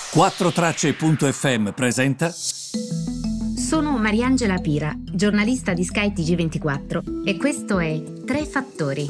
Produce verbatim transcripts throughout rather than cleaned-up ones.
quattro tracce punto effe emme presenta. Sono Mariangela Pira, giornalista di Sky T G ventiquattro e questo è Tre Fattori.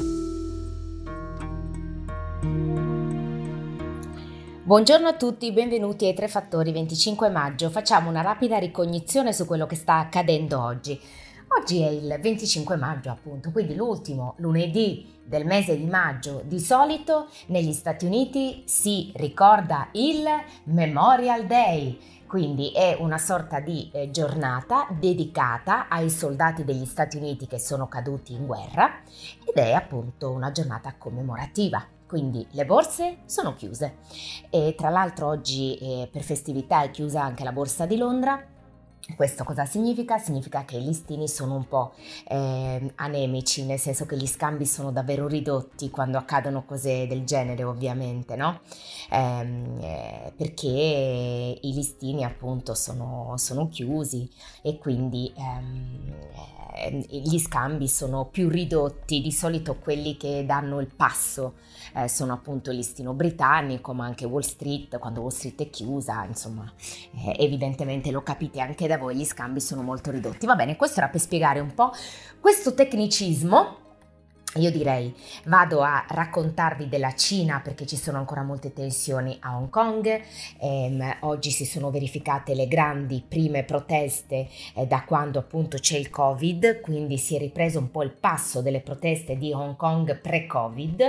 Buongiorno a tutti, benvenuti ai Tre Fattori. Venticinque maggio. Facciamo una rapida ricognizione su quello che sta accadendo oggi. Oggi è il venticinque maggio, appunto, quindi l'ultimo lunedì del mese di maggio. Di solito negli Stati Uniti si ricorda il Memorial Day, quindi è una sorta di eh, giornata dedicata ai soldati degli Stati Uniti che sono caduti in guerra ed è appunto una giornata commemorativa. Quindi le borse sono chiuse e tra l'altro oggi eh, per festività è chiusa anche la borsa di Londra. Questo cosa significa? Significa che i listini sono un po' eh, anemici, nel senso che gli scambi sono davvero ridotti quando accadono cose del genere, ovviamente, no? Ehm, eh, perché i listini appunto sono, sono chiusi e quindi ehm, eh, gli scambi sono più ridotti. Di solito quelli che danno il passo eh, sono appunto il listino britannico, ma anche Wall Street. Quando Wall Street è chiusa, insomma, eh, evidentemente lo capite anche da voi, gli scambi sono molto ridotti. Va bene, questo era per spiegare un po' questo tecnicismo. Io direi vado a raccontarvi della Cina perché ci sono ancora molte tensioni a Hong Kong. Ehm, oggi si sono verificate le grandi prime proteste eh, da quando appunto c'è il Covid, quindi si è ripreso un po' il passo delle proteste di Hong Kong pre-Covid.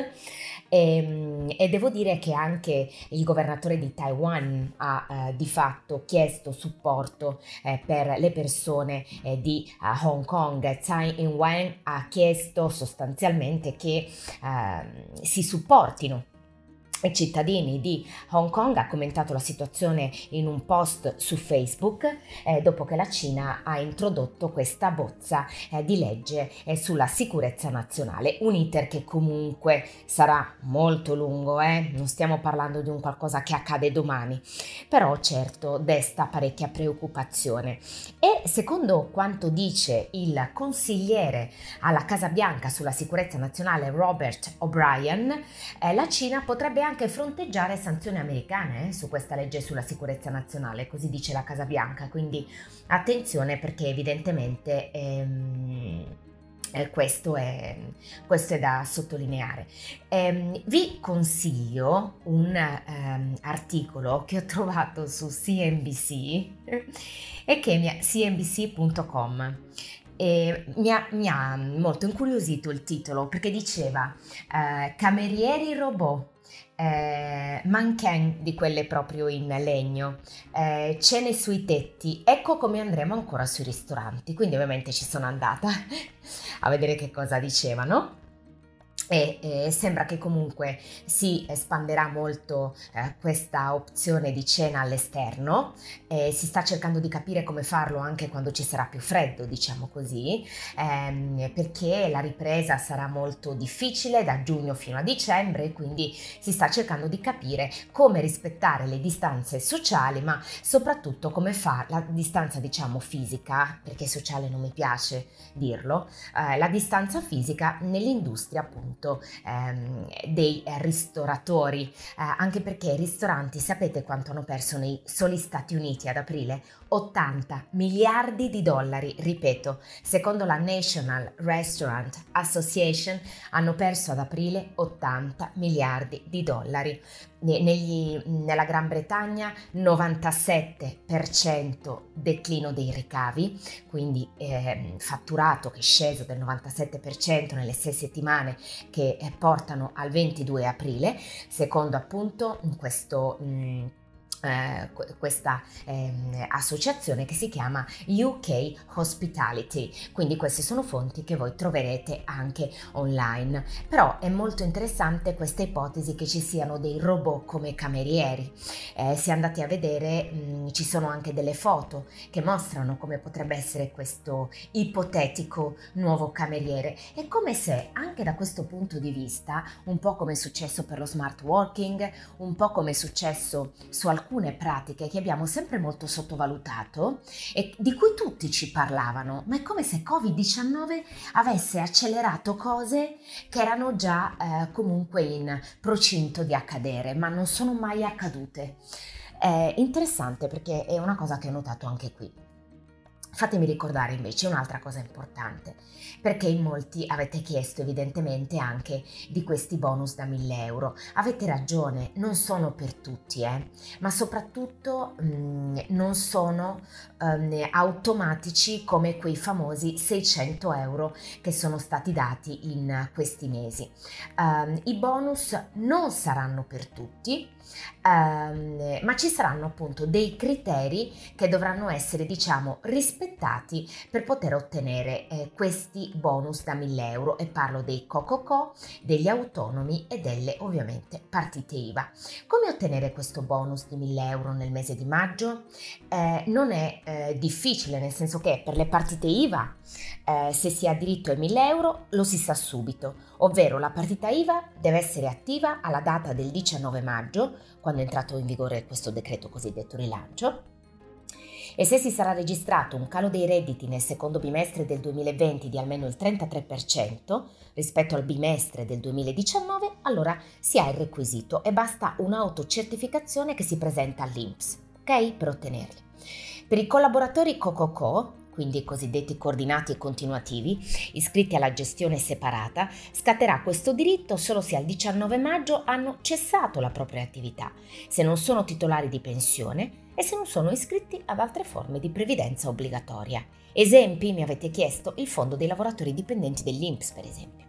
E, e devo dire che anche il governatore di Taiwan ha eh, di fatto chiesto supporto eh, per le persone eh, di uh, Hong Kong. Tsai Ing-wen ha chiesto sostanzialmente che eh, si supportino i cittadini di Hong Kong. Ha commentato la situazione in un post su Facebook eh, dopo che la Cina ha introdotto questa bozza eh, di legge eh, sulla sicurezza nazionale, un iter che comunque sarà molto lungo, eh? Non stiamo parlando di un qualcosa che accade domani, però certo desta parecchia preoccupazione. E secondo quanto dice il consigliere alla Casa Bianca sulla sicurezza nazionale Robert O'Brien, eh, la Cina potrebbe anche fronteggiare sanzioni americane eh, su questa legge sulla sicurezza nazionale, così dice la Casa Bianca, quindi attenzione perché evidentemente ehm, eh, questo, è, questo è da sottolineare. Eh, vi consiglio un ehm, articolo che ho trovato su C N B C e che è C N B C punto com. E mi ha, mi ha molto incuriosito il titolo perché diceva eh, camerieri robot, eh, mannequin di quelle proprio in legno, eh, cene sui tetti, ecco come andremo ancora sui ristoranti. Quindi ovviamente ci sono andata a vedere che cosa dicevano. E eh, sembra che comunque si espanderà molto eh, questa opzione di cena all'esterno. Eh, si sta cercando di capire come farlo anche quando ci sarà più freddo, diciamo così, ehm, perché la ripresa sarà molto difficile da giugno fino a dicembre, quindi si sta cercando di capire come rispettare le distanze sociali, ma soprattutto come fare la distanza, diciamo, fisica, perché sociale non mi piace dirlo, eh, la distanza fisica nell'industria appunto Ehm, dei ristoratori, eh, anche perché i ristoranti sapete quanto hanno perso nei soli Stati Uniti ad aprile? ottanta miliardi di dollari, ripeto, secondo la National Restaurant Association hanno perso ad aprile ottanta miliardi di dollari. Negli, nella Gran Bretagna novantasette per cento declino dei ricavi, quindi eh, fatturato che è sceso del novantasette per cento nelle sei settimane che eh, portano al ventidue aprile, secondo appunto questo mh, Eh, questa eh, associazione che si chiama U K Hospitality. Quindi queste sono fonti che voi troverete anche online. Però è molto interessante questa ipotesi che ci siano dei robot come camerieri. Eh, se andate a vedere mh, ci sono anche delle foto che mostrano come potrebbe essere questo ipotetico nuovo cameriere. È come se anche da questo punto di vista, un po' come è successo per lo smart working, un po' come è successo su alcuni alcune pratiche che abbiamo sempre molto sottovalutato e di cui tutti ci parlavano, ma è come se covid diciannove avesse accelerato cose che erano già eh, comunque in procinto di accadere, ma non sono mai accadute. È interessante perché è una cosa che ho notato anche qui. Fatemi ricordare invece un'altra cosa importante, perché in molti avete chiesto evidentemente anche di questi bonus da mille euro. Avete ragione, non sono per tutti, eh, ma soprattutto mh, non sono um, automatici come quei famosi seicento euro che sono stati dati in questi mesi. Um, I bonus non saranno per tutti, um, ma ci saranno appunto dei criteri che dovranno essere, diciamo, rispettati per poter ottenere eh, questi bonus da mille euro, e parlo dei co-co-co, degli autonomi e delle ovviamente partite I V A. Come ottenere questo bonus di mille euro nel mese di maggio? Eh, non è eh, difficile, nel senso che per le partite I V A eh, se si ha diritto ai mille euro lo si sa subito, ovvero la partita I V A deve essere attiva alla data del diciannove maggio, quando è entrato in vigore questo decreto cosiddetto rilancio. E se si sarà registrato un calo dei redditi nel secondo bimestre del duemilaventi di almeno il trentatré per cento rispetto al bimestre del duemiladiciannove, allora si ha il requisito e basta un'autocertificazione che si presenta all'I N P S, ok? Per ottenerli. Per i collaboratori co-co-co, quindi i cosiddetti coordinati e continuativi, iscritti alla gestione separata, scatterà questo diritto solo se al diciannove maggio hanno cessato la propria attività, se non sono titolari di pensione e se non sono iscritti ad altre forme di previdenza obbligatoria. Esempi, mi avete chiesto, il fondo dei lavoratori dipendenti dell'I N P S, per esempio.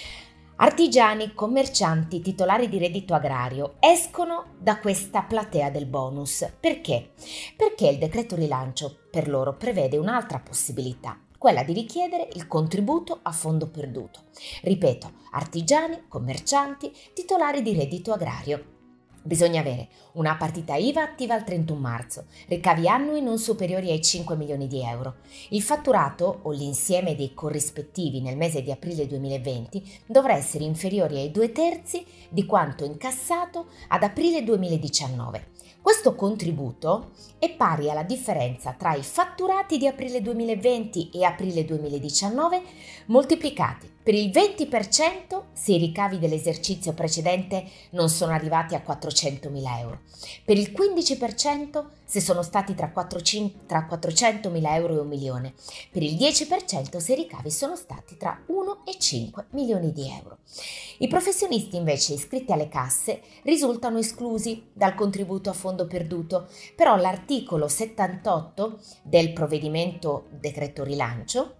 Artigiani, commercianti, titolari di reddito agrario escono da questa platea del bonus. Perché? Perché il decreto rilancio per loro prevede un'altra possibilità, quella di richiedere il contributo a fondo perduto. Ripeto, artigiani, commercianti, titolari di reddito agrario. Bisogna avere una partita I V A attiva al trentuno marzo, ricavi annui non superiori ai cinque milioni di euro. Il fatturato o l'insieme dei corrispettivi nel mese di aprile duemilaventi dovrà essere inferiore ai due terzi di quanto incassato ad aprile duemiladiciannove. Questo contributo è pari alla differenza tra i fatturati di aprile duemilaventi e aprile duemiladiciannove moltiplicati per il venti per cento se i ricavi dell'esercizio precedente non sono arrivati a quattrocentomila euro, per il quindici per cento se sono stati tra quattrocentomila euro e un milione, per il dieci per cento se i ricavi sono stati tra uno e cinque milioni di euro. I professionisti invece iscritti alle casse risultano esclusi dal contributo a fondo perduto, però l'articolo settantotto del provvedimento decreto rilancio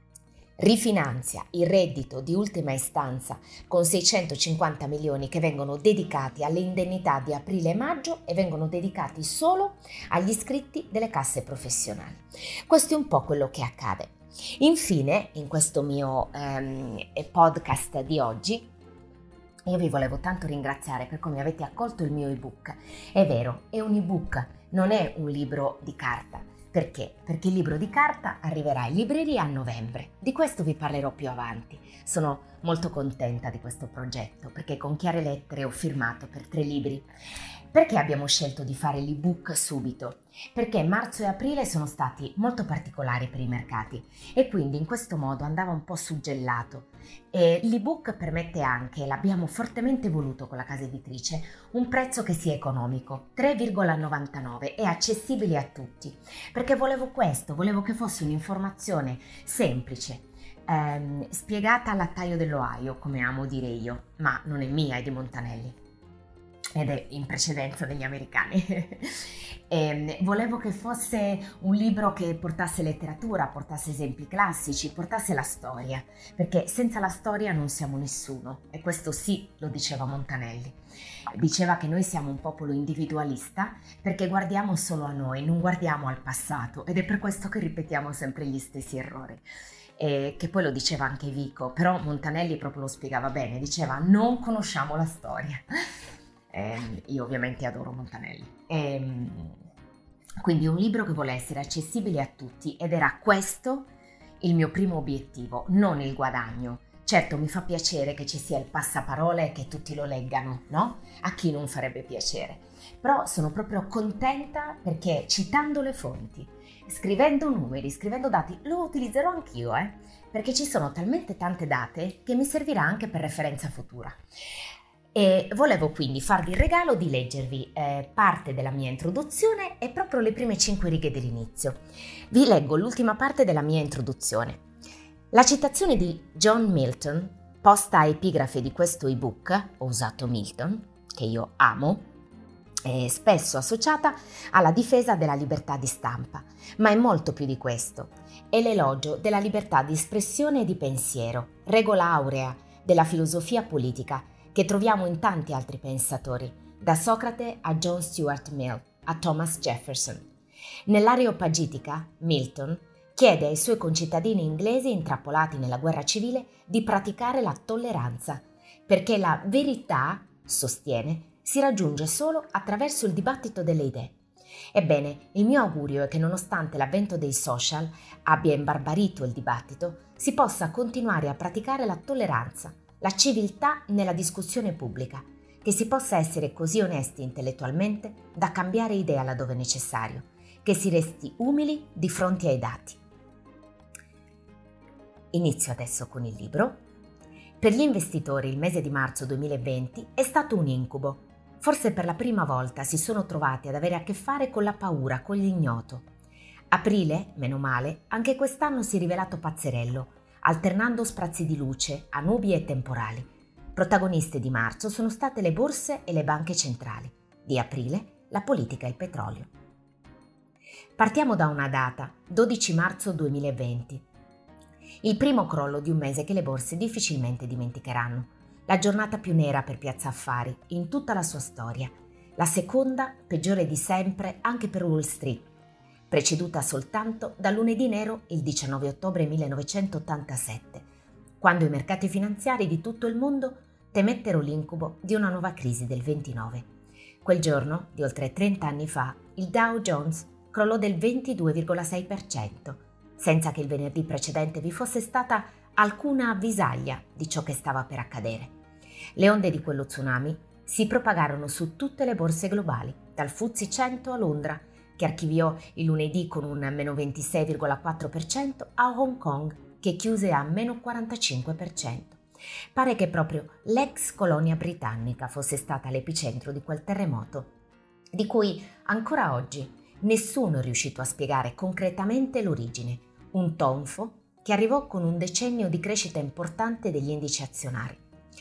rifinanzia il reddito di ultima istanza con seicentocinquanta milioni che vengono dedicati alle indennità di aprile e maggio e vengono dedicati solo agli iscritti delle casse professionali. Questo è un po' quello che accade. Infine, in questo mio ehm, podcast di oggi, io vi volevo tanto ringraziare per come avete accolto il mio ebook. È vero, è un ebook, non è un libro di carta. Perché? Perché il libro di carta arriverà in libreria a novembre. Di questo vi parlerò più avanti. Sono molto contenta di questo progetto perché con chiare lettere ho firmato per tre libri. Perché abbiamo scelto di fare l'ebook subito? Perché marzo e aprile sono stati molto particolari per i mercati e quindi in questo modo andava un po' suggellato. E l'ebook permette anche, l'abbiamo fortemente voluto con la casa editrice, un prezzo che sia economico, tre virgola novantanove, e accessibile a tutti. Perché volevo questo, volevo che fosse un'informazione semplice, ehm, spiegata al lattaio dell'Ohio, come amo dire io, ma non è mia, è di Montanelli. Ed è in precedenza degli americani. E volevo che fosse un libro che portasse letteratura, portasse esempi classici, portasse la storia, perché senza la storia non siamo nessuno, e questo sì lo diceva Montanelli. Diceva che noi siamo un popolo individualista perché guardiamo solo a noi, non guardiamo al passato, ed è per questo che ripetiamo sempre gli stessi errori. E che poi lo diceva anche Vico, però Montanelli proprio lo spiegava bene, diceva non conosciamo la storia. Eh, io ovviamente adoro Montanelli. Eh, quindi un libro che vuole essere accessibile a tutti, ed era questo il mio primo obiettivo, non il guadagno. Certo, mi fa piacere che ci sia il passaparola e che tutti lo leggano, no? A chi non farebbe piacere? Però sono proprio contenta perché citando le fonti, scrivendo numeri, scrivendo dati, lo utilizzerò anch'io, eh? Perché ci sono talmente tante date che mi servirà anche per referenza futura. E volevo quindi farvi il regalo di leggervi eh, parte della mia introduzione e proprio le prime cinque righe dell'inizio. Vi leggo l'ultima parte della mia introduzione. La citazione di John Milton, posta a epigrafe di questo ebook, Ho usato Milton, che io amo, è spesso associata alla difesa della libertà di stampa, ma è molto più di questo. È l'elogio della libertà di espressione e di pensiero, regola aurea della filosofia politica che troviamo in tanti altri pensatori, da Socrate a John Stuart Mill, a Thomas Jefferson. Nell'Areopagitica, Milton chiede ai suoi concittadini inglesi intrappolati nella guerra civile di praticare la tolleranza, perché la verità, sostiene, si raggiunge solo attraverso il dibattito delle idee. Ebbene, il mio augurio è che nonostante l'avvento dei social abbia imbarbarito il dibattito, si possa continuare a praticare la tolleranza, la civiltà nella discussione pubblica, che si possa essere così onesti intellettualmente da cambiare idea laddove necessario, che si resti umili di fronte ai dati. Inizio adesso con il libro. Per gli investitori il mese di marzo duemilaventi è stato un incubo. Forse per la prima volta si sono trovati ad avere a che fare con la paura, con l'ignoto. Aprile, meno male, anche quest'anno si è rivelato pazzerello, alternando sprazzi di luce a nubi e temporali. Protagoniste di marzo sono state le borse e le banche centrali. Di aprile, la politica e il petrolio. Partiamo da una data, dodici marzo duemilaventi. Il primo crollo di un mese che le borse difficilmente dimenticheranno. La giornata più nera per Piazza Affari in tutta la sua storia. La seconda, peggiore di sempre, anche per Wall Street, preceduta soltanto dal lunedì nero il diciannove ottobre millenovecentottantasette, quando i mercati finanziari di tutto il mondo temettero l'incubo di una nuova crisi del ventinove. Quel giorno, di oltre trenta anni fa, il Dow Jones crollò del ventidue virgola sei per cento, senza che il venerdì precedente vi fosse stata alcuna avvisaglia di ciò che stava per accadere. Le onde di quello tsunami si propagarono su tutte le borse globali, dal F T S E cento a Londra, che archiviò il lunedì con un meno ventisei virgola quattro per cento, a Hong Kong, che chiuse a meno quarantacinque per cento. Pare che proprio l'ex colonia britannica fosse stata l'epicentro di quel terremoto, di cui ancora oggi nessuno è riuscito a spiegare concretamente l'origine, un tonfo che arrivò con un decennio di crescita importante degli indici azionari.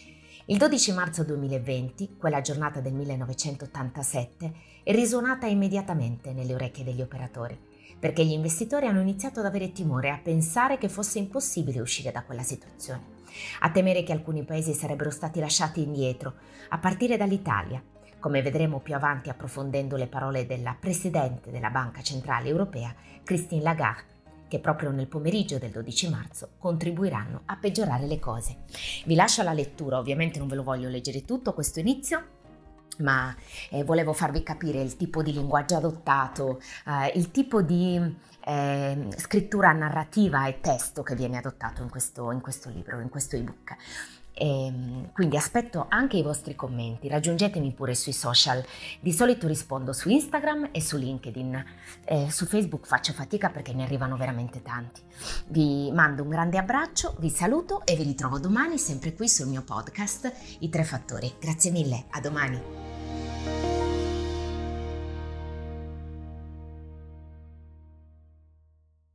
Il dodici marzo duemilaventi, quella giornata del millenovecentottantasette, è risuonata immediatamente nelle orecchie degli operatori, perché gli investitori hanno iniziato ad avere timore, a pensare che fosse impossibile uscire da quella situazione, a temere che alcuni paesi sarebbero stati lasciati indietro, a partire dall'Italia, come vedremo più avanti approfondendo le parole della Presidente della Banca Centrale Europea, Christine Lagarde, che proprio nel pomeriggio del dodici marzo contribuiranno a peggiorare le cose. Vi lascio alla lettura, ovviamente non ve lo voglio leggere tutto questo inizio, ma eh, volevo farvi capire il tipo di linguaggio adottato, eh, il tipo di eh, scrittura narrativa e testo che viene adottato in questo, in questo libro, in questo ebook. E quindi aspetto anche i vostri commenti, raggiungetemi pure sui social, di solito rispondo su Instagram e su LinkedIn, eh, su Facebook faccio fatica perché ne arrivano veramente tanti. Vi mando un grande abbraccio, vi saluto e vi ritrovo domani sempre qui sul mio podcast I Tre Fattori. Grazie mille, a domani.